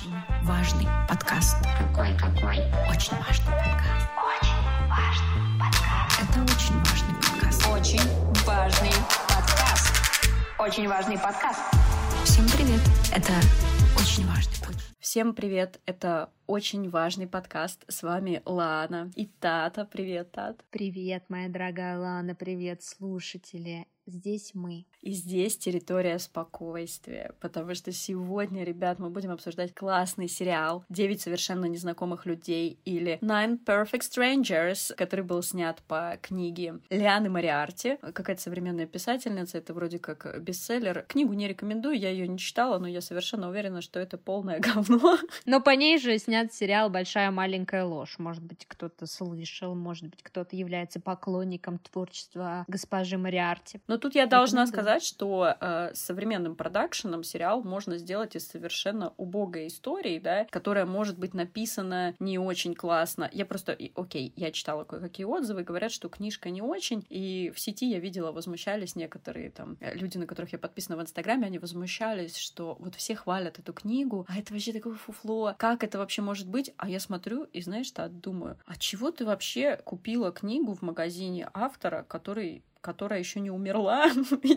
Очень важный подкаст. Какой? Очень важный подкаст. Очень важный подкаст. Это очень важный подкаст. Очень важный подкаст. Очень важный подкаст. Всем привет. Это очень важный подкаст. Всем привет. Это очень важный подкаст. С вами Лана и Тата. Привет, Тат. Привет, моя дорогая Лана. Привет, слушатели. Здесь мы. И здесь территория спокойствия, потому что сегодня, ребят, мы будем обсуждать классный сериал «9 совершенно незнакомых людей» или «Nine Perfect Strangers», который был снят по книге Лианы Мориарти, какая-то современная писательница, это вроде как бестселлер. Книгу не рекомендую, я ее не читала, но я совершенно уверена, что это полное говно. Но по ней же снят сериал «Большая маленькая ложь». Может быть, кто-то слышал, может быть, кто-то является поклонником творчества госпожи Мориарти. Но тут я должна сказать, что современным продакшеном сериал можно сделать из совершенно убогой истории, да, которая может быть написана не очень классно. Я просто, я читала кое-какие отзывы, говорят, что книжка не очень, и в сети я видела, возмущались некоторые там люди, на которых я подписана в Инстаграме, они возмущались, что вот все хвалят эту книгу, а это вообще такое фуфло, как это вообще может быть? А я смотрю и, знаешь, что думаю, а чего ты вообще купила книгу в магазине автора, которая еще не умерла, и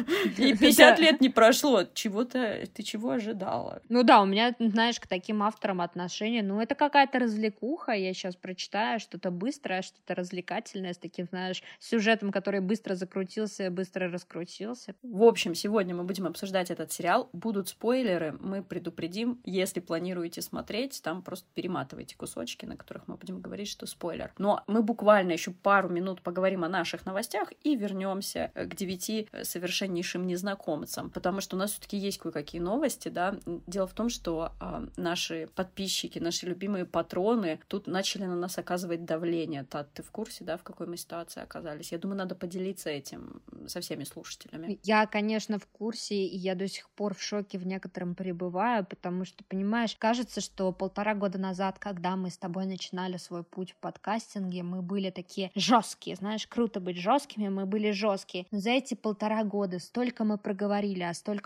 50 лет не прошло. Ты чего ожидала? Ну да, у меня, знаешь, к таким авторам отношения, это какая-то развлекуха, я сейчас прочитаю, что-то быстрое, что-то развлекательное, с таким, знаешь, сюжетом, который быстро закрутился, быстро раскрутился. В общем, сегодня мы будем обсуждать этот сериал. Будут спойлеры, мы предупредим, если планируете смотреть, там просто перематывайте кусочки, на которых мы будем говорить, что спойлер. Но мы буквально еще пару минут поговорим о наших новостях и вернемся к 9 совершеннейшим незнакомцам, потому что у нас все-таки есть кое-какие новости, да. Дело в том, что наши подписчики, наши любимые патроны тут начали на нас оказывать давление. Тат, ты в курсе, да, в какой мы ситуации оказались? Я думаю, надо поделиться этим со всеми слушателями. Я, конечно, в курсе, и я до сих пор в шоке в некотором пребываю, потому что, понимаешь, кажется, что 1,5 года назад, когда мы с тобой начинали свой путь в подкастинге, мы были такие жесткие, знаешь, круто быть жесткими, мы были жесткие. Но за эти 1,5 года столько мы проговорили,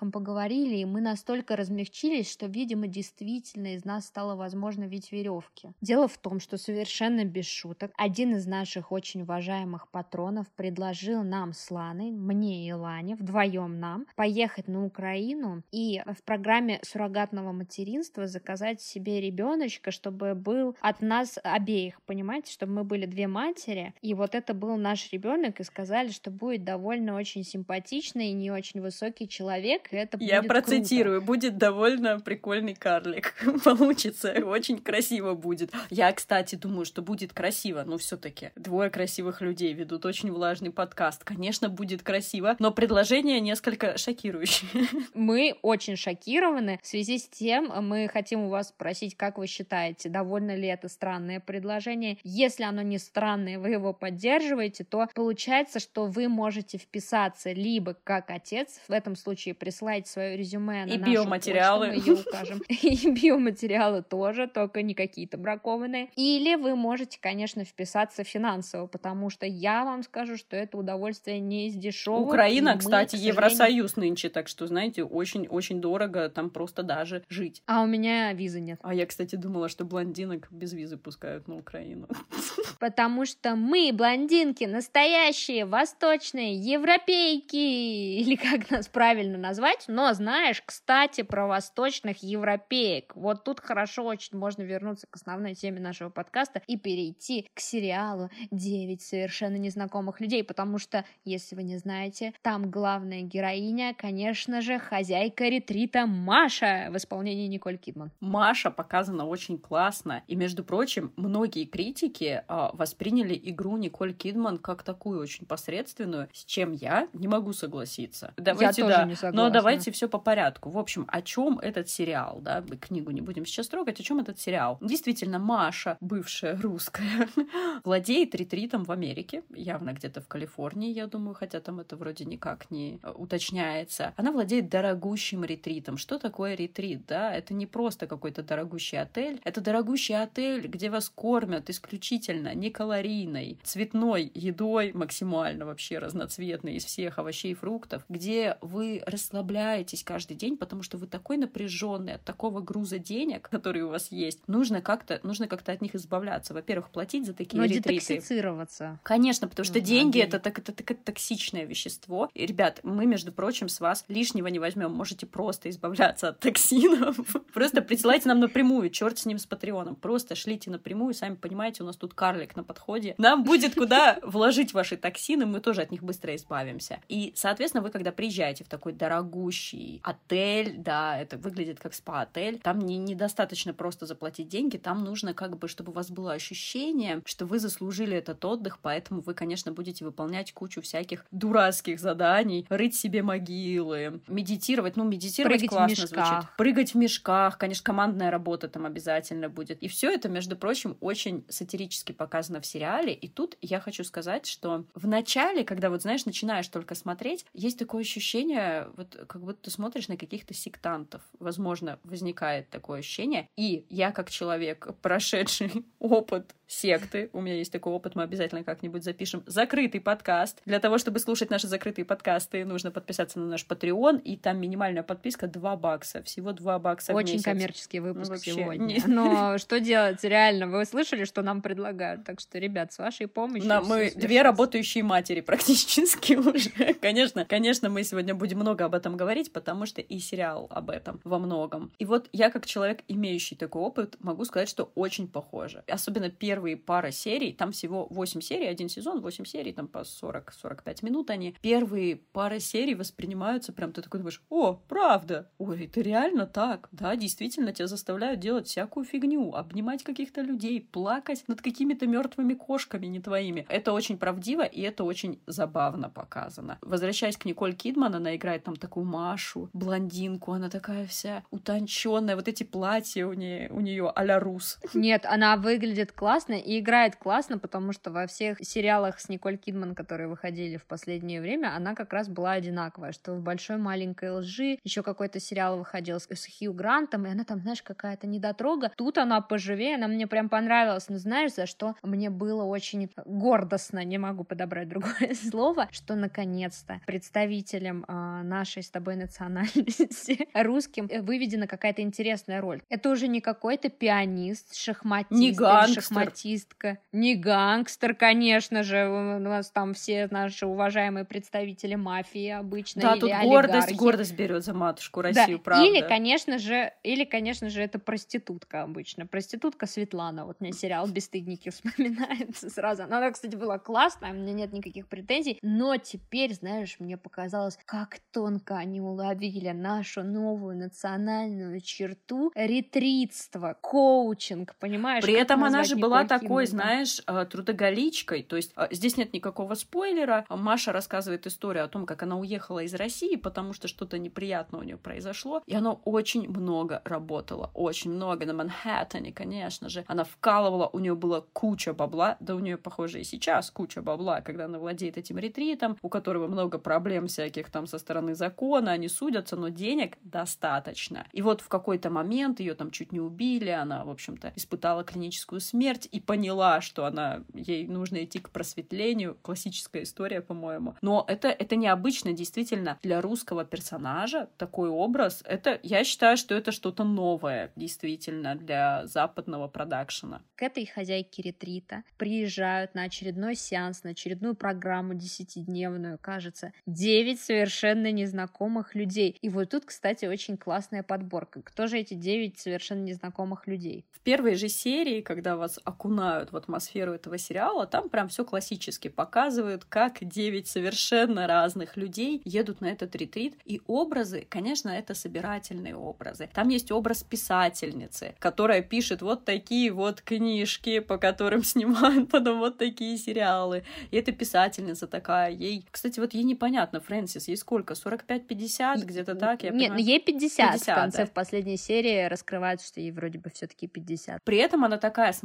и мы настолько размягчились, что, видимо, действительно из нас стало возможно видеть веревки. Дело в том, что совершенно без шуток один из наших очень уважаемых патронов предложил нам с Ланой, мне и Лане, вдвоем нам, поехать на Украину и в программе суррогатного материнства заказать себе ребеночка, чтобы был от нас обеих, понимаете, чтобы мы были 2 матери, и вот это был наш ребенок, и сказали, что будет довольно очень симпатичный и не очень высокий человек, и это будет Я процитирую, круто. Будет довольно прикольный карлик. Получится, очень красиво будет. Я, кстати, думаю, что будет красиво, но все-таки 2 красивых людей ведут очень влажный подкаст. Конечно, будет красиво, но предложение несколько шокирующее. Мы очень шокированы. В связи с тем мы хотим у вас спросить, как вы считаете, довольно ли это странное предложение? Если оно не странное, вы его поддерживаете, то получается, что вы можете вписаться либо как отец, в этом случае присылайте свое резюме на и нашу биоматериалы. почту, мы ее укажем. И биоматериалы тоже, только не какие-то бракованные. Или вы можете, конечно, вписаться финансово, потому что я вам скажу, что это удовольствие не из дешевых. Украина, кстати, Евросоюз нынче, так что, знаете, очень-очень дорого там просто даже жить. А у меня визы нет. А я, кстати, думала, что блондинок без визы пускают на Украину. Потому что мы, блондинки, настоящие, восточные, европейки, или как нас правильно назвать, но знаешь, кстати, про восточных европеек. Вот тут хорошо очень можно вернуться к основной теме нашего подкаста и перейти к сериалу «9 совершенно незнакомых людей», потому что, если вы не знаете, там главная героиня, конечно же, хозяйка ретрита Маша в исполнении Николь Кидман. Маша показана очень классно, и, между прочим, многие критики восприняли игру Николь Кидман как такую очень посредственную, с чем я не могу согласиться. Давайте, я тоже не согласна. Но давайте все по порядку. В общем, о чем этот сериал, да? Мы книгу не будем сейчас трогать. О чем этот сериал? Действительно, Маша, бывшая русская, владеет ретритом в Америке, явно где-то в Калифорнии, я думаю, хотя там это вроде никак не уточняется. Она владеет дорогущим ретритом. Что такое ретрит, да? Это не просто какой-то дорогущий отель, это дорогущий отель, где вас кормят исключительно некалорийной, цветной едой максимально, максимально вообще разноцветный из всех овощей и фруктов, где вы расслабляетесь каждый день, потому что вы такой напряженный от такого груза денег, которые у вас есть. Нужно как-то от них избавляться. Во-первых, платить за такие ретриты. Детоксицироваться. Конечно, потому что деньги — это токсичное вещество. И, ребят, мы, между прочим, с вас лишнего не возьмем. Можете просто избавляться от токсинов. Просто присылайте нам напрямую. Черт с ним, с Патреоном. Просто шлите напрямую. Сами понимаете, у нас тут карлик на подходе. Нам будет куда вложить ваши токсины, мы тоже от них быстро избавимся. И, соответственно, вы, когда приезжаете в такой дорогущий отель, да, это выглядит как спа-отель, там недостаточно просто заплатить деньги, там нужно как бы, чтобы у вас было ощущение, что вы заслужили этот отдых, поэтому вы, конечно, будете выполнять кучу всяких дурацких заданий, рыть себе могилы, медитировать, медитировать прыгать классно звучит. Прыгать в мешках, конечно, командная работа там обязательно будет. И все это, между прочим, очень сатирически показано в сериале. И тут я хочу сказать, что в начале, когда вот, знаешь, начинаешь только смотреть, есть такое ощущение, вот как будто ты смотришь на каких-то сектантов. Возможно, возникает такое ощущение. И я, как человек, прошедший опыт секты, у меня есть такой опыт, мы обязательно как-нибудь запишем закрытый подкаст. Для того, чтобы слушать наши закрытые подкасты, нужно подписаться на наш Patreon, и там минимальная подписка $2. Всего $2 в месяц. Очень коммерческий выпуск сегодня. Но что делать? Реально, вы слышали, что нам предлагают? Так что, ребят, с вашей помощью... Мы две работающие матери практически уже. Конечно, мы сегодня будем много об этом говорить, потому что и сериал об этом во многом. И вот я, как человек, имеющий такой опыт, могу сказать, что очень похоже. Особенно первые пара серий, там всего 8 серий, один сезон, 8 серий, там по 40-45 минут они. Первые пара серий воспринимаются прям, ты такой думаешь, о, правда, ой, это реально так. Да, действительно, тебя заставляют делать всякую фигню, обнимать каких-то людей, плакать над какими-то мертвыми кошками не твоими. Это очень правдиво, и это очень забавно показано. Возвращаясь к Николь Кидман, она играет там такую Машу, блондинку, она такая вся утонченная, вот эти платья у нее а-ля Рус. Нет, она выглядит классно и играет классно, потому что во всех сериалах с Николь Кидман, которые выходили в последнее время, она как раз была одинаковая, что в «Большой маленькой лжи» еще какой-то сериал выходил с Хью Грантом, и она там, знаешь, какая-то недотрога. Тут она поживее, она мне прям понравилась. Но знаешь, за что мне было очень гордостно, не могу подобрать другое слово, что наконец-то представителям нашей с тобой национальности русским выведена какая-то интересная роль. Это уже не какой-то пианист, шахматист, не гангстер. Шахматистка, не гангстер, конечно же. У нас там все наши уважаемые представители мафии обычно. Да, или тут олигархи. гордость берет за матушку Россию, да. правда. Или, конечно же, это проститутка обычно. Проститутка Светлана. Вот мне сериал «Бесстыдники» вспоминается сразу. Она, кстати, была классная, у меня нет никаких претензий. Но теперь, знаешь, мне показалось, как тонко они уловили нашу новую национальную черту ретритства, коучинг, понимаешь? При этом она же была Николь такой, Кидман, знаешь, трудоголичкой. То есть здесь нет никакого спойлера. Маша рассказывает историю о том, как она уехала из России, потому что что-то неприятное у нее произошло. И она очень много работала. Очень много на Манхэттене, конечно же. Она вкалывала, у нее была куча бабла. Да у нее, похоже, и сейчас куча бабла, когда она владеет этим ретритом, у которого много проблем всяких там со стороны закона, они судятся, но денег достаточно. И вот в какой-то момент ее там чуть не убили, она, в общем-то, испытала клиническую смерть и поняла, что ей нужно идти к просветлению. Классическая история, по-моему. Но это необычно, действительно, для русского персонажа такой образ. Я считаю, что это что-то новое, действительно, для западного продакшена. К этой хозяйке ретрита приезжают на очередной сеанс, на очередную программу 10-дневную, кажется, 9 совершенно незнакомых людей. И вот тут, кстати, очень классная подборка. Кто же эти 9 совершенно незнакомых людей? В первой же серии, когда вас окунают в атмосферу этого сериала, там прям все классически показывают, как 9 совершенно разных людей едут на этот ретрит. И образы, конечно, это собирательные образы. Там есть образ писательницы, которая пишет вот такие вот книжки, по которым снимают потом вот такие сериалы. И эта писательница такая, кстати, вот ей непонятно, Фрэнсис, ей сколько? 45-50, где-то так? Нет, ей 50 в конце, да. В последней серии раскрывается, что ей вроде бы все-таки 50. При этом она такая самодостаточная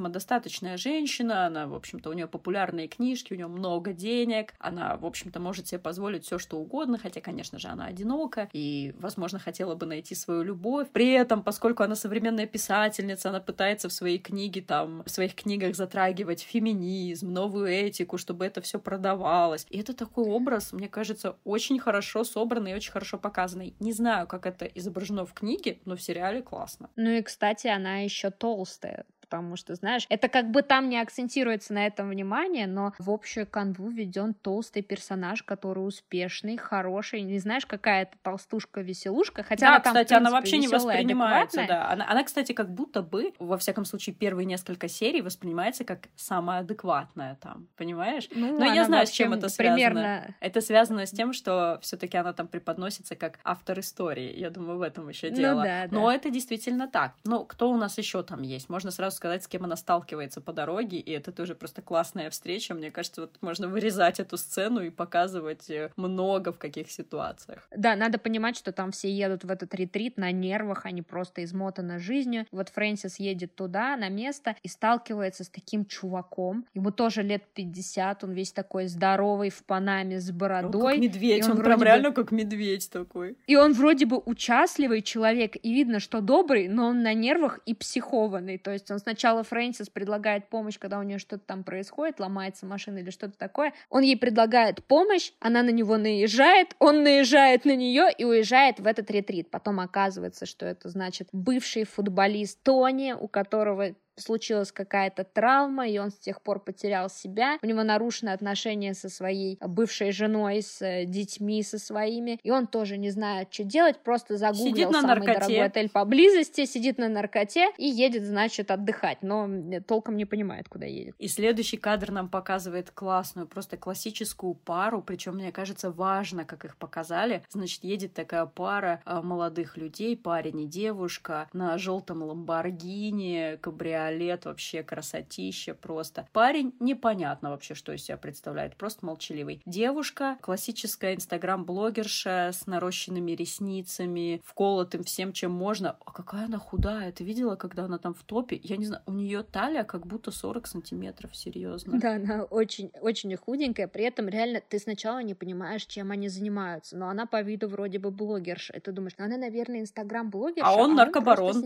зажиточная женщина, она, в общем-то, у нее популярные книжки, у нее много денег, она, в общем-то, может себе позволить все, что угодно, хотя, конечно же, она одинока и, возможно, хотела бы найти свою любовь. При этом, поскольку она современная писательница, она пытается в своей книге, в своих книгах затрагивать феминизм, новую этику, чтобы это все продавалось. И это такой образ, мне кажется, очень хорошо собранный и очень хорошо показанный. Не знаю, как это изображено в книге, но в сериале классно. Ну и, кстати, она еще толстая. Потому что, знаешь, это как бы там не акцентируется на этом внимание, но в общую канву введен толстый персонаж, который успешный, хороший. Не знаешь, какая это толстушка-веселушка, хотя да, она там, кстати, в принципе, она вообще не весёлая, воспринимается, адекватная. да. Она, кстати, как будто бы, во всяком случае, первые несколько серий воспринимается как самая адекватная там, понимаешь? Ну, но я она знаю, с чем вообще это связано. примерно... Это связано с тем, что все-таки она там преподносится как автор истории. Я думаю, в этом еще дело. Ну, да, но да. это действительно так. Но кто у нас еще там есть? Можно сразу сказать, с кем она сталкивается по дороге, и это тоже просто классная встреча. Мне кажется, вот можно вырезать эту сцену и показывать много в каких ситуациях. Да, надо понимать, что там все едут в этот ретрит на нервах, они просто измотаны жизнью. Вот Фрэнсис едет туда, на место, и сталкивается с таким чуваком. Ему тоже лет 50, он весь такой здоровый, в панаме, с бородой. Он как медведь, он прям реально как медведь такой. И он вроде бы участливый человек, и видно, что добрый, но он на нервах и психованный. То есть он сначала Фрэнсис предлагает помощь, когда у нее что-то там происходит, ломается машина или что-то такое. Он ей предлагает помощь, она на него наезжает, он наезжает на нее и уезжает в этот ретрит. Потом оказывается, что это значит бывший футболист Тони, у которого случилась какая-то травма, и он с тех пор потерял себя. У него нарушены отношения со своей бывшей женой, с детьми со своими, и он тоже не знает, что делать, просто загуглил самый дорогой отель поблизости, сидит на наркоте и едет, значит, отдыхать, но толком не понимает, куда едет. И следующий кадр нам показывает классную, просто классическую пару, причем, мне кажется, важно, как их показали. Значит, едет такая пара молодых людей, парень и девушка, на желтом Ламборгини, кабриолет, вообще красотища просто. Парень непонятно вообще, что из себя представляет, просто молчаливый. Девушка классическая инстаграм-блогерша с нарощенными ресницами, вколотым всем, чем можно. А какая она худая, ты видела, когда она там в топе? Я не знаю, у нее талия как будто 40 сантиметров, серьезно. Да, она очень худенькая, при этом реально ты сначала не понимаешь, чем они занимаются, но она по виду вроде бы блогерша, и ты думаешь, она, наверное, инстаграм-блогерша, а он наркобарон.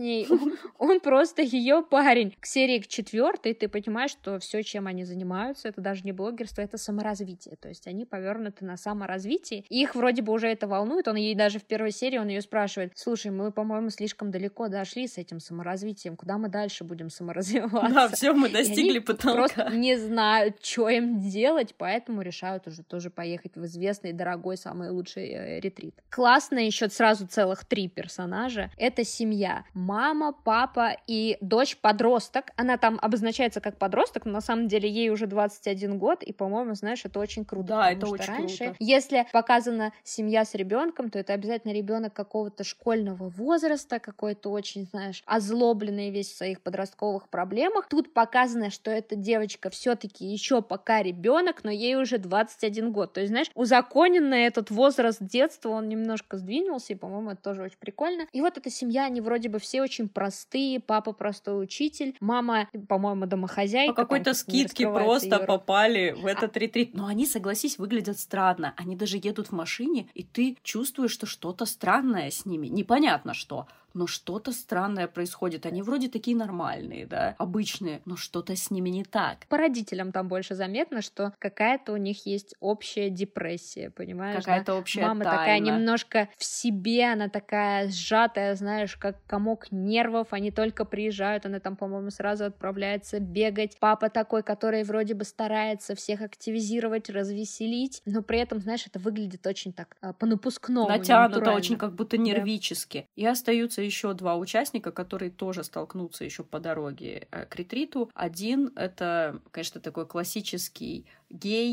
Он просто ее парень. К серии к 4 ты понимаешь, что все, чем они занимаются, это даже не блогерство, это саморазвитие. То есть они повернуты на саморазвитие. И их вроде бы уже это волнует. Он ей даже в первой серии, он ее спрашивает: слушай, мы, по-моему, слишком далеко дошли с этим саморазвитием. Куда мы дальше будем саморазвиваться? Да, все, мы достигли потолка. Просто не знают, что им делать, поэтому решают уже тоже поехать в известный, дорогой, самый лучший ретрит. Классно еще сразу целых 3 персонажа. Это семья. Мама, папа и дочь-подросток. Она там обозначается как подросток, но на самом деле ей уже 21 год, и, по-моему, знаешь, это очень круто. Да, это очень раньше, круто. Если показана семья с ребенком, то это обязательно ребенок какого-то школьного возраста, какой-то очень, знаешь, озлобленный весь в своих подростковых проблемах. Тут показано, что эта девочка все-таки еще пока ребенок, но ей уже 21 год. То есть, знаешь, узаконенный этот возраст детства, он немножко сдвинулся, и, по-моему, это тоже очень прикольно. И вот эта семья, они вроде бы все очень простые, папа простой учитель, мама, по-моему, домохозяйка. По какой-то скидке просто попали в этот ретрит. Но они, согласись, выглядят странно. Они даже едут в машине, и ты чувствуешь, что что-то странное с ними. Непонятно что. Но что-то странное происходит. Они вроде такие нормальные, да, обычные, но что-то с ними не так. По родителям там больше заметно, что какая-то у них есть общая депрессия, понимаешь? Какая-то общая мама тайна. Такая немножко в себе, она такая сжатая, знаешь, как комок нервов. Они только приезжают, она там, по-моему, сразу отправляется бегать. Папа такой, который вроде бы старается всех активизировать, развеселить, но при этом, знаешь, это выглядит очень так по-напускному. Натянуто, очень как будто нервически. Да. И остаются еще 2 участника, которые тоже столкнутся еще по дороге к ретриту. Один — это, конечно, такой классический гей,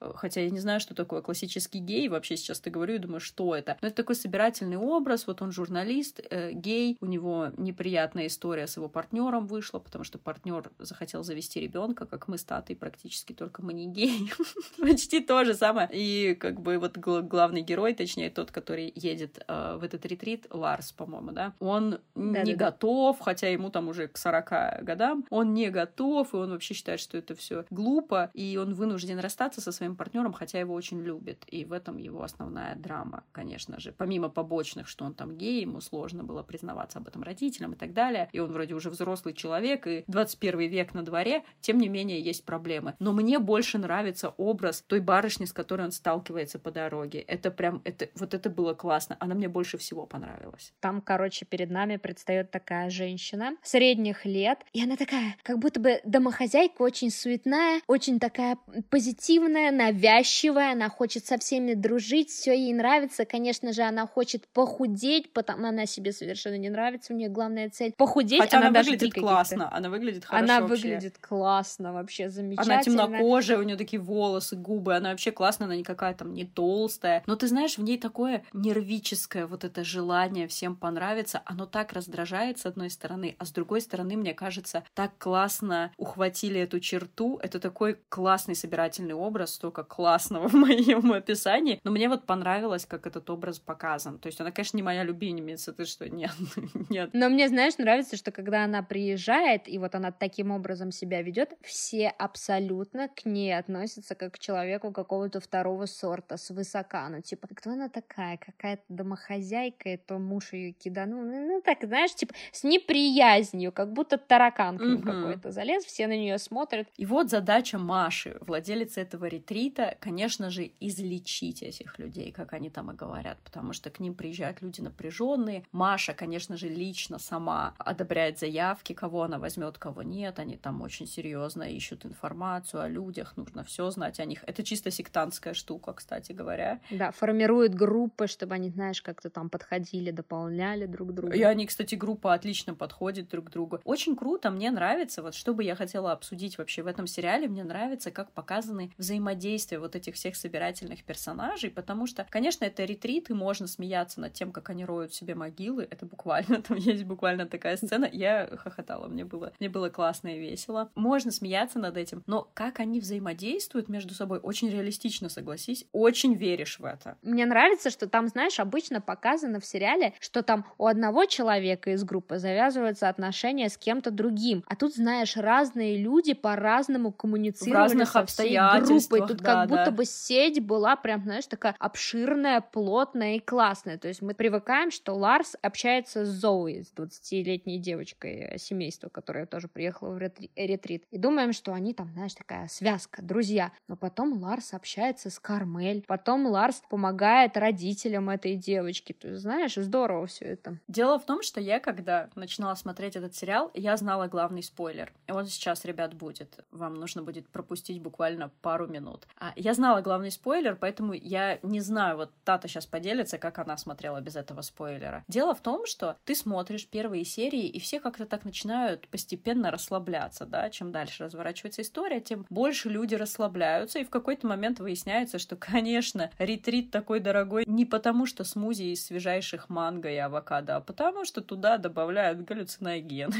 хотя я не знаю, что такое классический гей, вообще сейчас ты говорю и думаю, что это. Но это такой собирательный образ, вот он журналист, гей, у него неприятная история с его партнером вышла, потому что партнер захотел завести ребенка, как мы с Татой практически, только мы не геи. Почти то же самое. И как бы вот главный герой, точнее тот, который едет в этот ретрит, Ларс, по-моему, да, он не готов, хотя ему там уже к 40 годам, он не готов, и он вообще считает, что это все глупо, и он вынужден расстаться со своим партнером, хотя его очень любит. И в этом его основная драма, конечно же. Помимо побочных, что он там гей, ему сложно было признаваться об этом родителям и так далее, и он вроде уже взрослый человек, и 21 век на дворе, тем не менее есть проблемы. Но мне больше нравится образ той барышни, с которой он сталкивается по дороге. Это прям, вот это было классно. Она мне больше всего понравилась. Там, короче, перед нами предстает такая женщина средних лет, и она такая, как будто бы домохозяйка, очень суетная, очень такая позитивная, навязчивая, она хочет со всеми дружить, все ей нравится, конечно же, она хочет похудеть, потому она себе совершенно не нравится, у нее главная цель похудеть. Хотя она выглядит классно, она выглядит хорошо. Она вообще выглядит классно, вообще замечательно. Она темнокожая, у нее такие волосы, губы, она вообще классная, она никакая там не толстая, но ты знаешь, в ней такое нервическое вот это желание всем понравиться, оно так раздражает с одной стороны, а с другой стороны, мне кажется, так классно ухватили эту черту, это такой классный собирательный образ, столько классного в моем описании, но мне вот понравилось, как этот образ показан, то есть она, конечно, не моя любимица, ты что, нет, нет. Но мне, знаешь, нравится, что когда она приезжает, и вот она таким образом себя ведет, все абсолютно к ней относятся как к человеку какого-то второго сорта, свысока, ну, типа, кто она такая, какая-то домохозяйка, и то муж ее киданул, ну, так, знаешь, типа, с неприязнью, как будто таракан к ним какой-то залез, все на нее смотрят. И вот задача Маши, владелицы этого ретрита, конечно же, излечить этих людей, как они там и говорят, потому что к ним приезжают люди напряженные. Маша, конечно же, лично сама одобряет заявки, кого она возьмет, кого нет. Они там очень серьезно ищут информацию о людях, нужно все знать о них. Это чисто сектантская штука, кстати говоря. Да, формируют группы, чтобы они, знаешь, как-то там подходили, дополняли друг друга. И они, кстати, группа отлично подходит друг к другу. Очень круто, мне нравится, вот что бы я хотела обсудить вообще в этом сериале, мне нравится, как показаны взаимодействия вот этих всех собирательных персонажей, потому что, конечно, это ретрит, и можно смеяться над тем, как они роют себе могилы, это буквально, там есть буквально такая сцена, я хохотала, мне было классно и весело. Можно смеяться над этим, но как они взаимодействуют между собой, очень реалистично, согласись, очень веришь в это. Мне нравится, что там, знаешь, обычно показано в сериале, что там у одного человека из группы завязываются отношения с кем-то другим, а тут, знаешь, разные люди по-разному коммуницировали со всей группой, тут как будто бы сеть была прям, знаешь, такая обширная, плотная и классная, то есть мы привыкаем, что Ларс общается с Зои, с 20-летней девочкой семейства, которая тоже приехала в ретрит, и думаем, что они там, знаешь, такая связка, друзья, но потом Ларс общается с Кармель, потом Ларс помогает родителям этой девочки, то есть, знаешь, здорово все это. Дело в том, что я, когда начинала смотреть этот сериал, я знала главный спойлер, и он сейчас, ребят, будет, вам нужно будет пропустить буквально пару минут. Я знала главный спойлер, поэтому я не знаю, вот Тата сейчас поделится, как она смотрела без этого спойлера. Дело в том, что ты смотришь первые серии, и все как-то так начинают постепенно расслабляться, да, чем дальше разворачивается история, тем больше люди расслабляются, и в какой-то момент выясняется, что, конечно, ретрит такой дорогой не потому, что смузи из свежайших манго и авокадо, а потому, что туда добавляют галлюциногены.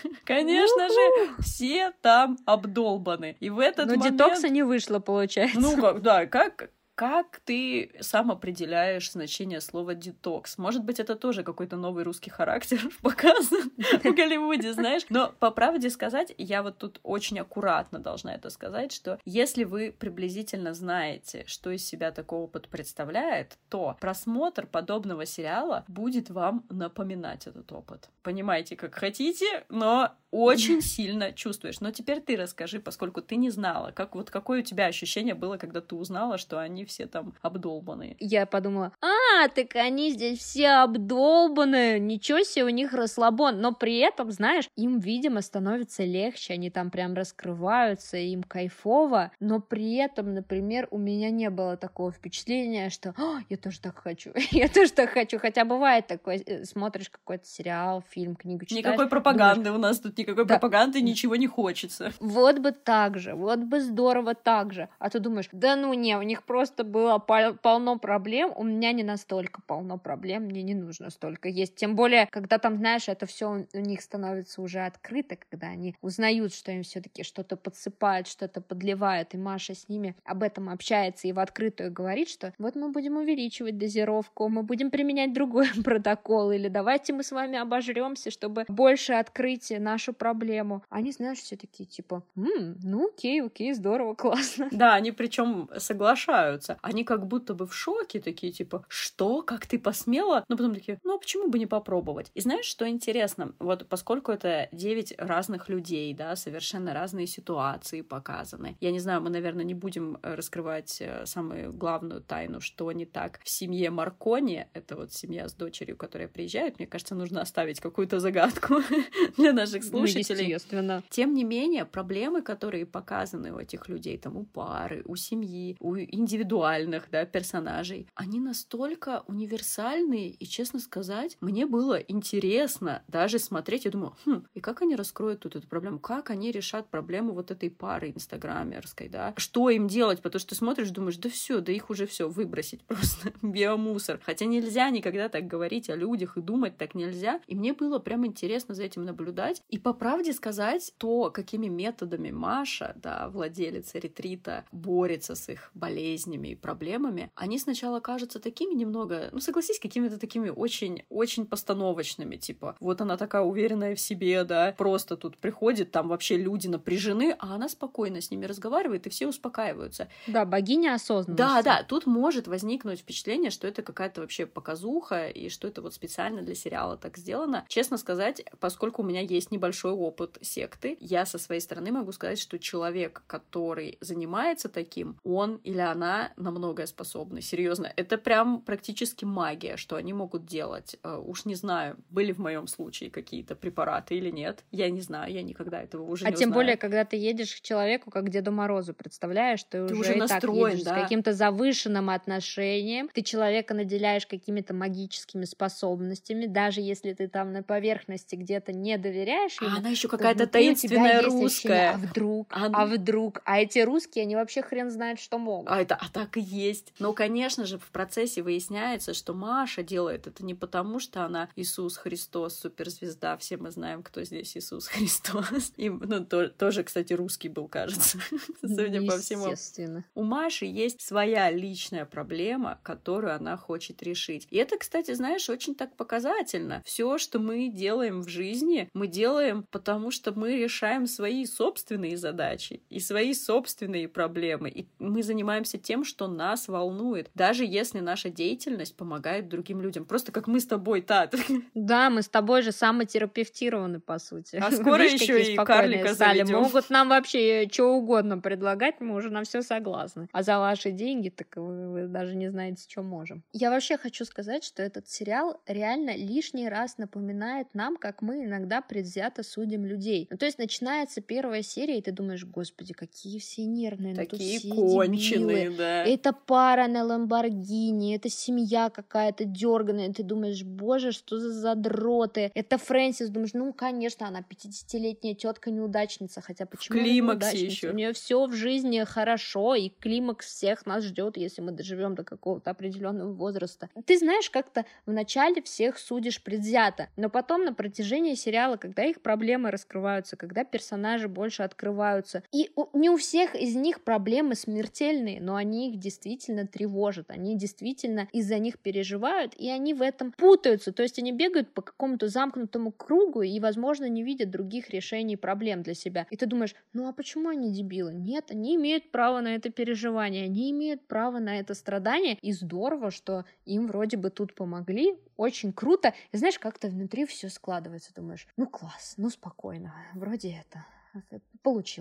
Конечно же, все там обдолбаны. И в этот момент... Но детокса не вышло, получается. Ну, как ты сам определяешь значение слова «детокс»? Может быть, это тоже какой-то новый русский характер показан в Голливуде, знаешь? Но, по правде сказать, я вот тут очень аккуратно должна это сказать, что если вы приблизительно знаете, что из себя такой опыт представляет, то просмотр подобного сериала будет вам напоминать этот опыт. Понимаете, как хотите, но очень сильно чувствуешь. Но теперь ты расскажи, поскольку ты не знала, какое у тебя ощущение было, когда ты узнала, что они все там обдолбанные. Я подумала, так они здесь все обдолбанные, ничего себе, у них расслабон. Но при этом, знаешь, им, видимо, становится легче, они там прям раскрываются, им кайфово, но при этом, например, у меня не было такого впечатления, что я тоже так хочу, я тоже так хочу. Хотя бывает такое, смотришь какой-то сериал, фильм, книгу читаешь. Никакой пропаганды у нас тут тут никакой пропаганды, ничего не хочется. Вот бы так же, вот бы здорово так же. А ты думаешь, да ну не, у них просто было полно проблем, у меня не настолько полно проблем, мне не нужно столько есть. Тем более, когда там, знаешь, это все у них становится уже открыто, когда они узнают, что им все-таки что-то подсыпают, что-то подливают, и Маша с ними об этом общается и в открытую говорит, что вот мы будем увеличивать дозировку, мы будем применять другой протокол, или давайте мы с вами обожремся, чтобы больше открыть нашу проблему. Они, знаешь, все такие типа, ну окей, здорово, классно. Да, они причем соглашаются. Они как будто бы в шоке, такие типа, что, как ты посмела? Но потом такие, ну а почему бы не попробовать? И знаешь, что интересно? Вот поскольку это 9 разных людей, да, совершенно разные ситуации показаны. Я не знаю, мы, наверное, не будем раскрывать самую главную тайну, что не так в семье Маркони. Это вот семья с дочерью, которая приезжает. Мне кажется, нужно оставить какую-то загадку для наших слушателей. Ну, естественно. Тем не менее, проблемы, которые показаны у этих людей, там, у пары, у семьи, у индивидуальных, да, персонажей, они настолько универсальные, и, честно сказать, мне было интересно даже смотреть. Я думаю, и как они раскроют тут эту проблему? Как они решат проблему вот этой пары инстаграмерской, да? Что им делать? Потому что ты смотришь, думаешь, да все, да их уже все выбросить просто биомусор. Хотя нельзя никогда так говорить о людях и думать так нельзя. И мне было прям интересно за этим наблюдать. И по правде сказать, то, какими методами Маша, да, владелица ретрита, борется с их болезнями и проблемами, они сначала кажутся такими немного, ну, согласись, какими-то такими очень постановочными, типа, вот она такая уверенная в себе, да, просто тут приходит, там вообще люди напряжены, а она спокойно с ними разговаривает, и все успокаиваются. Да, богиня осознанности. Да, тут может возникнуть впечатление, что это какая-то вообще показуха, и что это вот специально для сериала так сделано. Честно сказать, поскольку у меня есть небольшой опыт секты, я со своей стороны могу сказать, что человек, который занимается таким, он или она на многое способны. Серьезно, это прям практически магия, что они могут делать. Уж не знаю, были в моем случае какие-то препараты или нет. Я не знаю, я никогда этого уже не узнаю. А тем более, когда ты едешь к человеку, как к Деду Морозу, представляешь, ты уже и настроен, так едешь да? с каким-то завышенным отношением, ты человека наделяешь какими-то магическими способностями, даже если ты там на поверхности где-то не доверяешь ему. А она еще какая-то таинственная русская. А вдруг? А эти русские, они вообще хрен знает, что могут. А так и есть. Но, конечно же, в процессе выясняется, что Маша делает это не потому, что она Иисус Христос, суперзвезда. Все мы знаем, кто здесь Иисус Христос. И, тоже, кстати, русский был, кажется. Судя по всему. Естественно. У Маши есть своя личная проблема, которую она хочет решить. И это, кстати, знаешь, очень так показательно. Все, что мы делаем в жизни, мы делаем, потому что мы решаем свои собственные задачи и свои собственные проблемы. И мы занимаемся тем, что нас волнует, даже если наша деятельность помогает другим людям. Просто как мы с тобой, Тат. Да, мы с тобой же самотерапевтированы, по сути. А скоро еще и карлика заведем. Могут нам вообще что угодно предлагать, мы уже на все согласны. А за ваши деньги, так вы даже не знаете, что можем. Я вообще хочу сказать, что этот сериал реально лишний раз напоминает нам, как мы иногда предвзято судим людей. Ну, то есть начинается первая серия, и ты думаешь, господи, какие все нервные, такие конченые, да. Это пара на Ламборгини, это семья какая-то дерганая, ты думаешь, боже, что за задроты. Это Фрэнсис, думаешь, ну, конечно, она 50-летняя тетка-неудачница, хотя почему она неудачница? Еще. У нее все в жизни хорошо, и климакс всех нас ждет, если мы доживем до какого-то определенного возраста. Ты знаешь, как-то вначале всех судишь предвзято, но потом на протяжении сериала, когда их проблемы раскрываются, когда персонажи больше открываются, и не у всех из них проблемы смертельные, но они их действительно тревожат, они действительно из-за них переживают, и они в этом путаются, то есть они бегают по какому-то замкнутому кругу и, возможно, не видят других решений проблем для себя. И ты думаешь, ну а почему они дебилы? Нет, они имеют право на это переживание, они имеют право на это страдание, и здорово, что им вроде бы тут помогли, очень круто. И знаешь, как-то внутри все складывается, думаешь, ну класс, ну спокойно, вроде это получилось.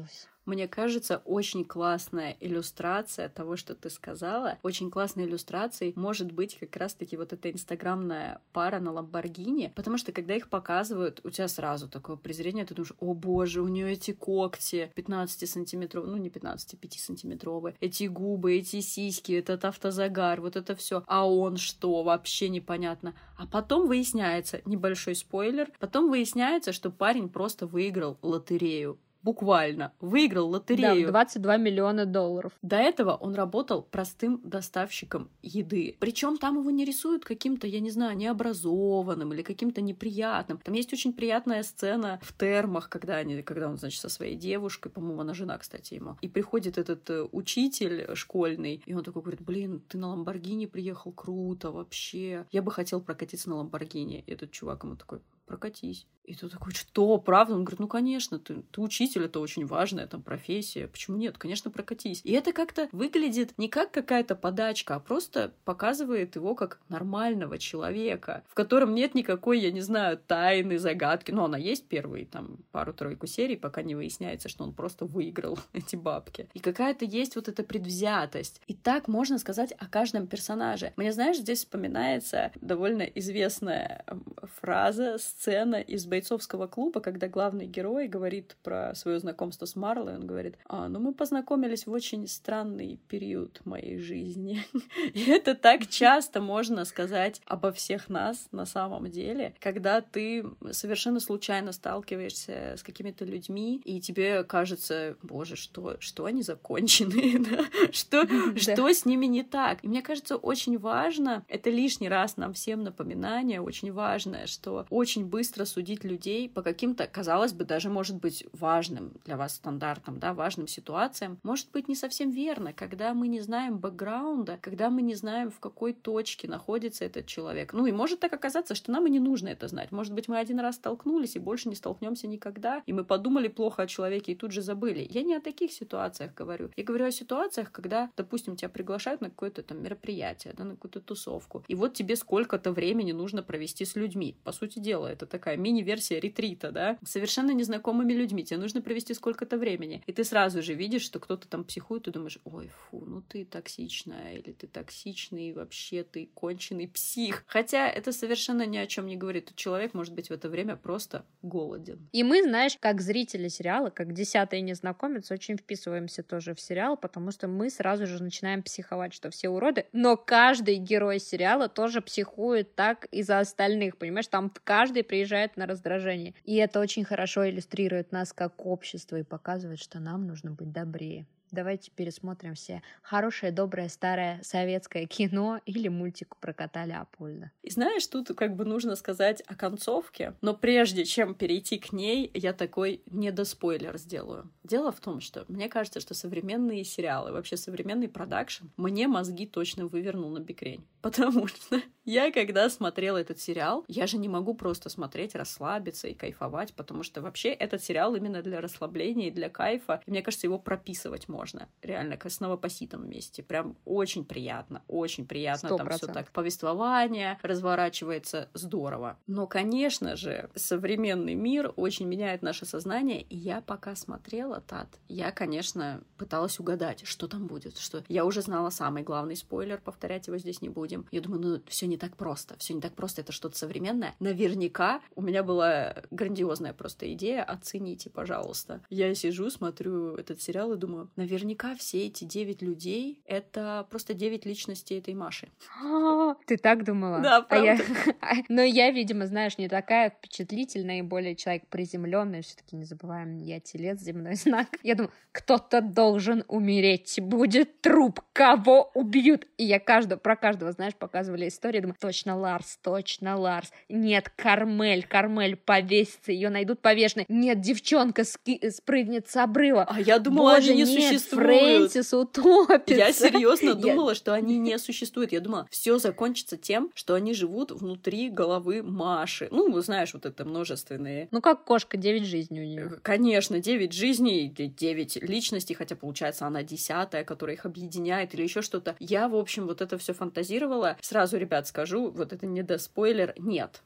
Мне кажется, очень классная иллюстрация того, что ты сказала, очень классной иллюстрацией может быть как раз-таки вот эта инстаграмная пара на Ламборгини, потому что когда их показывают, у тебя сразу такое презрение, ты думаешь, о боже, у нее эти когти 15-сантиметровые, ну не 15, 5-сантиметровые, эти губы, эти сиськи, этот автозагар, вот это все. А он что? Вообще непонятно. А потом выясняется, небольшой спойлер, потом выясняется, что парень просто выиграл лотерею. Буквально. Выиграл лотерею. Да, 22 миллиона долларов. До этого он работал простым доставщиком еды. Причем там его не рисуют каким-то, я не знаю, необразованным или каким-то неприятным. Там есть очень приятная сцена в термах, когда он, значит, со своей девушкой, по-моему, она жена, кстати, ему. И приходит этот учитель школьный, и он такой говорит, блин, ты на Ламборгини приехал, круто вообще. Я бы хотел прокатиться на Ламборгини. И этот чувак ему такой, прокатись. И ты такой, что, правда? Он говорит, ну, конечно, ты учитель, это очень важная там профессия. Почему нет? Конечно, прокатись. И это как-то выглядит не как какая-то подачка, а просто показывает его как нормального человека, в котором нет никакой, я не знаю, тайны, загадки. Но она есть первые там пару-тройку серий, пока не выясняется, что он просто выиграл эти бабки. И какая-то есть вот эта предвзятость. И так можно сказать о каждом персонаже. Мне, знаешь, здесь вспоминается довольно известная фраза, сцена из бойцовского клуба, когда главный герой говорит про свое знакомство с Марлой, он говорит, ну мы познакомились в очень странный период моей жизни. И это так часто можно сказать обо всех нас на самом деле, когда ты совершенно случайно сталкиваешься с какими-то людьми, и тебе кажется, боже, что они законченные, что с ними не так. И мне кажется, очень важно, это лишний раз нам всем напоминание, очень важное, что очень быстро судить людей по каким-то, казалось бы, даже может быть важным для вас стандартам, да, важным ситуациям, может быть не совсем верно, когда мы не знаем бэкграунда, когда мы не знаем, в какой точке находится этот человек. Ну и может так оказаться, что нам и не нужно это знать. Может быть, мы один раз столкнулись и больше не столкнемся никогда, и мы подумали плохо о человеке и тут же забыли. Я не о таких ситуациях говорю. Я говорю о ситуациях, когда, допустим, тебя приглашают на какое-то там мероприятие, да, на какую-то тусовку, и вот тебе сколько-то времени нужно провести с людьми. По сути дела, это такая мини-версия ретрита, да, совершенно незнакомыми людьми. Тебе нужно провести сколько-то времени. И ты сразу же видишь, что кто-то там психует, и думаешь, ой, фу, ну ты токсичная, или ты токсичный, вообще ты конченый псих. Хотя это совершенно ни о чем не говорит. Человек может быть в это время просто голоден. И мы, знаешь, как зрители сериала, как 10-й незнакомец, очень вписываемся тоже в сериал, потому что мы сразу же начинаем психовать, что все уроды, но каждый герой сериала тоже психует так из-за остальных, понимаешь, там каждый приезжает на раздражение. И это очень хорошо иллюстрирует нас как общество и показывает, что нам нужно быть добрее. Давайте пересмотрим все хорошее, доброе, старое советское кино или мультик про кота Леопольда. И знаешь, тут как бы нужно сказать о концовке, но прежде чем перейти к ней, я такой недоспойлер сделаю. Дело в том, что мне кажется, что современные сериалы, вообще современный продакшн, мне мозги точно вывернул на бекрень. Потому что я, когда смотрела этот сериал, я же не могу просто смотреть, расслабиться и кайфовать, потому что вообще этот сериал именно для расслабления и для кайфа. И мне кажется, его прописывать можно. Реально, к основопоситому месте. Прям очень приятно. 100%. Там все так. Повествование разворачивается здорово. Но, конечно же, современный мир очень меняет наше сознание. И я пока смотрела, Тат, я, конечно, пыталась угадать, что там будет. Что я уже знала самый главный спойлер, повторять его здесь не будем. Я думаю, ну, все не так просто. Все не так просто. Это что-то современное. Наверняка у меня была грандиозная просто идея. Оцените, пожалуйста. Я сижу, смотрю этот сериал и думаю, наверняка все эти 9 людей — это просто 9 личностей этой Маши. Ты так думала? Да, правда. Но я, видимо, знаешь, не такая впечатлительная и более человек приземленный. Все-таки не забываем, я телец, земной знак. Я думаю, кто-то должен умереть, будет труп, кого убьют. И я про каждого, знаешь, показывали историю. Думаю, точно Ларс. Нет, Кармель повесится, ее найдут повешенной. Нет, девчонка спрыгнет с обрыва. А я думала, они не существуют. существуют. Фрэнсис утопится. Я серьезно думала, что они не существуют. Я думала, все закончится тем, что они живут внутри головы Маши. Ну, знаешь, вот это множественные. Ну, как кошка, 9 жизней у нее. Конечно, 9 жизней, 9 личностей, хотя, получается, она 10-я, которая их объединяет или еще что-то. Я, в общем, вот это все фантазировала. Сразу, ребят, скажу, вот это не спойлер. Нет,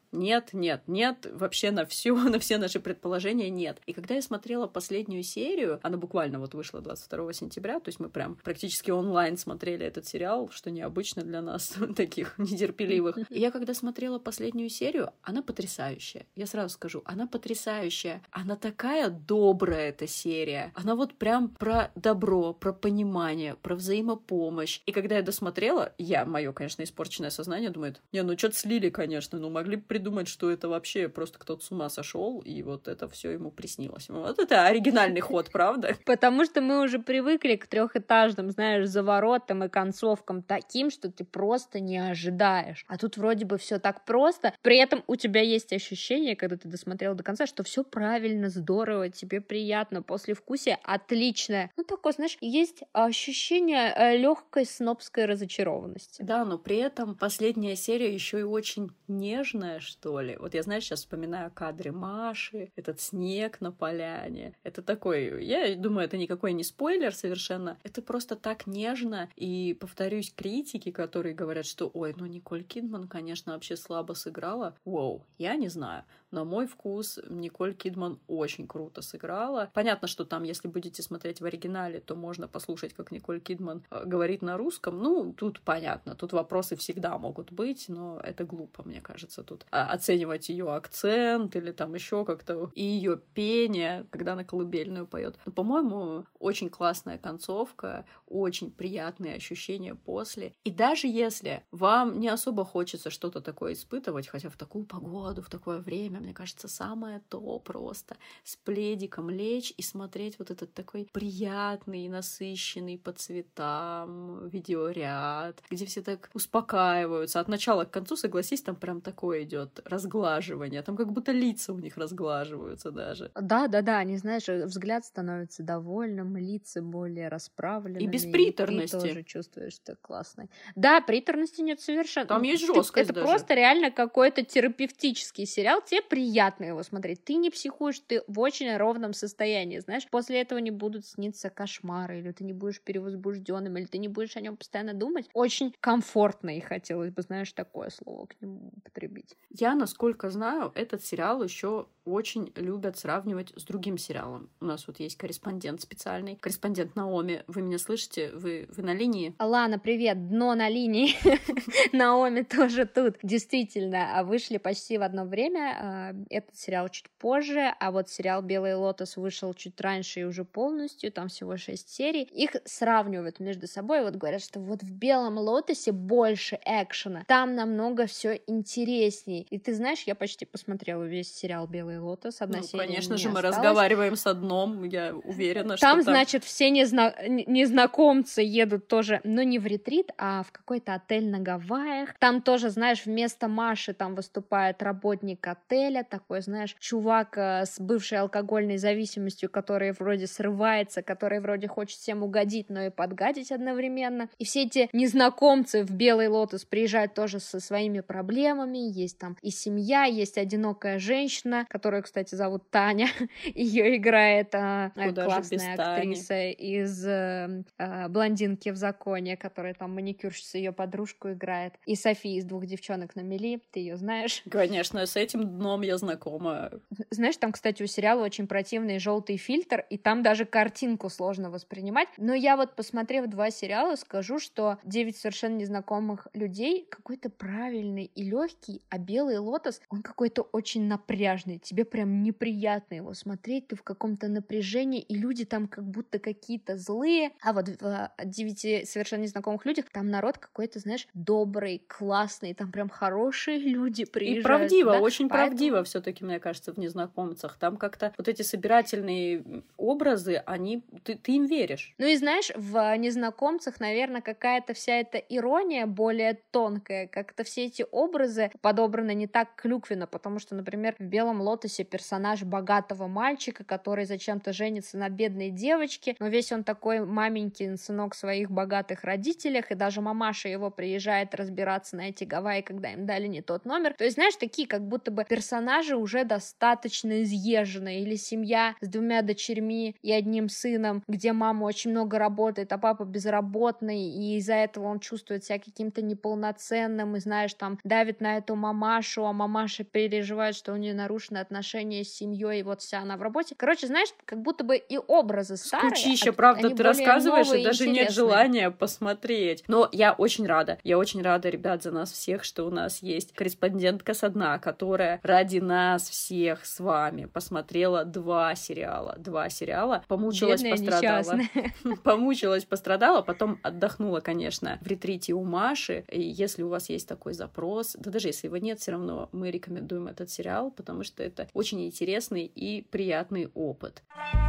вообще на все наши предположения нет. И когда я смотрела последнюю серию, она буквально вот вышла 22 сентября, то есть мы прям практически онлайн смотрели этот сериал, что необычно для нас, таких нетерпеливых. И я когда смотрела последнюю серию, она потрясающая. Я сразу скажу, она потрясающая. Она такая добрая, эта серия. Она вот прям про добро, про понимание, про взаимопомощь. И когда я досмотрела, мое, конечно, испорченное сознание думает, ну что-то слили, конечно, могли бы придумать, что это вообще просто кто-то с ума сошел, и вот это все ему приснилось. Вот это оригинальный ход, правда? Потому что мы уже привыкли к трехэтажным, знаешь, заворотам и концовкам таким, что ты просто не ожидаешь. А тут вроде бы все так просто, при этом у тебя есть ощущение, когда ты досмотрел до конца, что все правильно, здорово, тебе приятно, послевкусие отличное. Ну, такое, знаешь, есть ощущение легкой снобской разочарованности. Да, но при этом последняя серия еще и очень нежная, что ли. Вот я, знаешь, сейчас вспоминаю кадры Маши, этот снег на поляне. Это такой, я думаю, это никакой не спойлер совершенно. Это просто так нежно. И, повторюсь, критики, которые говорят, что, ой, Николь Кидман, конечно, вообще слабо сыграла. Воу, я не знаю. На мой вкус Николь Кидман очень круто сыграла. Понятно, что там, если будете смотреть в оригинале, то можно послушать, как Николь Кидман говорит на русском. Ну, тут понятно, тут вопросы всегда могут быть, но это глупо, мне кажется, тут оценивать ее акцент или там еще как-то и ее пение, когда она колыбельную поет. Но, по-моему, очень классная концовка, очень приятные ощущения после. И даже если вам не особо хочется что-то такое испытывать, хотя в такую погоду, в такое время, мне кажется, самое то просто с пледиком лечь и смотреть вот этот такой приятный, насыщенный по цветам видеоряд, где все так успокаиваются. От начала к концу, согласись, там прям такое идет разглаживание. Там как будто лица у них разглаживаются даже. Да, не знаешь, взгляд становится довольным, лица более расправленными. И без приторности. И ты тоже чувствуешь, что классный. Да, приторности нет совершенно. Там есть жесткость Это даже. просто реально какой-то терапевтический сериал. Тебе приятно его смотреть. Ты не психуешь, ты в очень ровном состоянии, знаешь. После этого не будут сниться кошмары, или ты не будешь перевозбужденным, или ты не будешь о нем постоянно думать. Очень комфортно, и хотелось бы, знаешь, такое слово к нему употребить. Я, насколько знаю, этот сериал еще очень любят сравнивать с другим сериалом. У нас вот есть корреспондент специальный. Корреспондент Наоми. Вы меня слышите? Вы на линии? Лана, привет. Дно на линии. Наоми тоже тут. Действительно, вышли почти в одно время. Этот сериал чуть позже, а вот сериал «Белый лотос» вышел чуть раньше и уже полностью. Там всего 6 серий. Их сравнивают между собой. Вот говорят, что вот в «Белом лотосе» больше экшена. Там намного все интересней. И ты знаешь, я почти посмотрела весь сериал «Белый лотос». Одна серия конечно же, мы осталась. разговариваем с дном. Я уверена, что там, значит, все незнакомцы едут тоже, но не в ретрит, а в какой-то отель на Гавайях. Там тоже, знаешь, вместо Маши там выступает работник отеля, такой, знаешь, чувак с бывшей алкогольной зависимостью, который вроде срывается, который вроде хочет всем угодить, но и подгадить одновременно. И все эти незнакомцы в «Белый лотос» приезжают тоже со своими проблемами. Есть там и семья, есть одинокая женщина, которую, кстати, зовут Таня. Ее играет классная актриса из «Блондинки в законе», которая там маникюрщица, ее подружку играет. И София из «Двух девчонок на мели», ты ее знаешь? Конечно, с этим дном я знакома. Знаешь, там, кстати, у сериала очень противный желтый фильтр, и там даже картинку сложно воспринимать. Но я вот, посмотрев 2 сериала, скажу, что 9 совершенно незнакомых людей какой-то правильный и легкий, а «Белый лотос», он какой-то очень напряжный. Тебе прям неприятно его смотреть, ты в каком-то напряжении, и люди там как будто какие-то злые. А вот в 9 совершенно незнакомых людях там народ какой-то, знаешь, добрый, классный, там прям хорошие люди приезжают. И правдиво, туда. очень Поэтому красиво все-таки, мне кажется, в «Незнакомцах». Там как-то вот эти собирательные образы, ты им веришь. Ну и знаешь, в «Незнакомцах», наверное, какая-то вся эта ирония более тонкая, как-то все эти образы подобраны не так клюквенно, потому что, например, в «Белом лотосе» персонаж богатого мальчика, который зачем-то женится на бедной девочке, но весь он такой маменькин сынок своих богатых родителях, и даже мамаша его приезжает разбираться на эти Гавайи, когда им дали не тот номер. То есть, знаешь, такие как будто бы персонажи уже достаточно изъезженные, или семья с 2 дочерьми и 1 сыном, где мама очень много работает, а папа безработный, и из-за этого он чувствует себя каким-то неполноценным, и, знаешь, там давит на эту мамашу, а мамаша переживает, что у нее нарушены отношения с семьей, и вот вся она в работе. Короче, знаешь, как будто бы и образы старые. Скучища, правда, ты рассказываешь, и даже нет желания посмотреть. Но я очень рада, ребят, за нас всех, что у нас есть корреспондентка со дна, которая ради нас всех с вами посмотрела 2 сериала. Помучилась, пострадала, потом отдохнула, конечно, в ретрите у Маши. И если у вас есть такой запрос, да даже если его нет, все равно мы рекомендуем этот сериал, потому что это очень интересный и приятный опыт.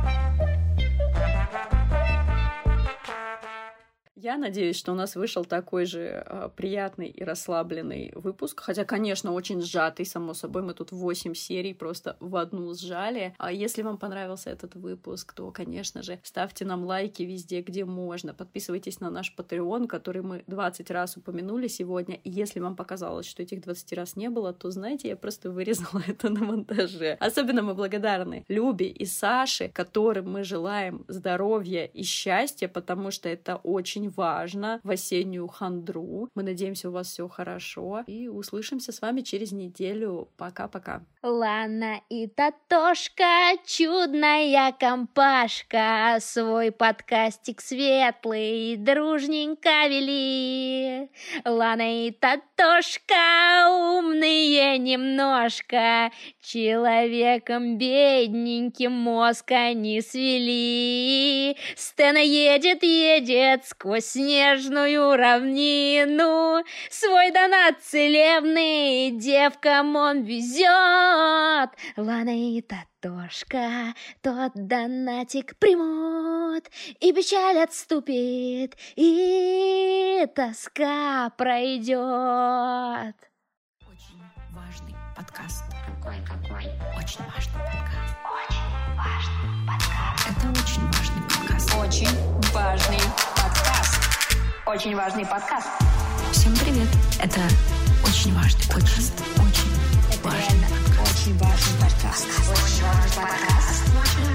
Я надеюсь, что у нас вышел такой же приятный и расслабленный выпуск, хотя, конечно, очень сжатый, само собой, мы тут 8 серий просто в одну сжали. А если вам понравился этот выпуск, то, конечно же, ставьте нам лайки везде, где можно, подписывайтесь на наш Patreon, который мы 20 раз упомянули сегодня, и если вам показалось, что этих 20 раз не было, то, знаете, я просто вырезала это на монтаже. Особенно мы благодарны Любе и Саше, которым мы желаем здоровья и счастья, потому что это очень важно в осеннюю хандру. Мы надеемся, у вас все хорошо. И услышимся с вами через неделю. Пока-пока. Лана и Татошка, чудная компашка, свой подкастик светлый дружненько вели. Лана и Татошка, умные немножко, человеком бедненьким мозг они свели. Стена едет сквозь снежную равнину, свой донат целебный девкам он везет. Лана и Татошка тот донатик примут, и печаль отступит, и тоска пройдет. Очень важный подкаст. Какой? Очень важный подкаст. Очень важный подкаст. Это очень важный подкаст. Очень важный подкаст. Очень важный подкаст. Всем привет. Это очень важный подкаст. Очень важный подкаст. Очень важный подкаст. Очень важный подкаст.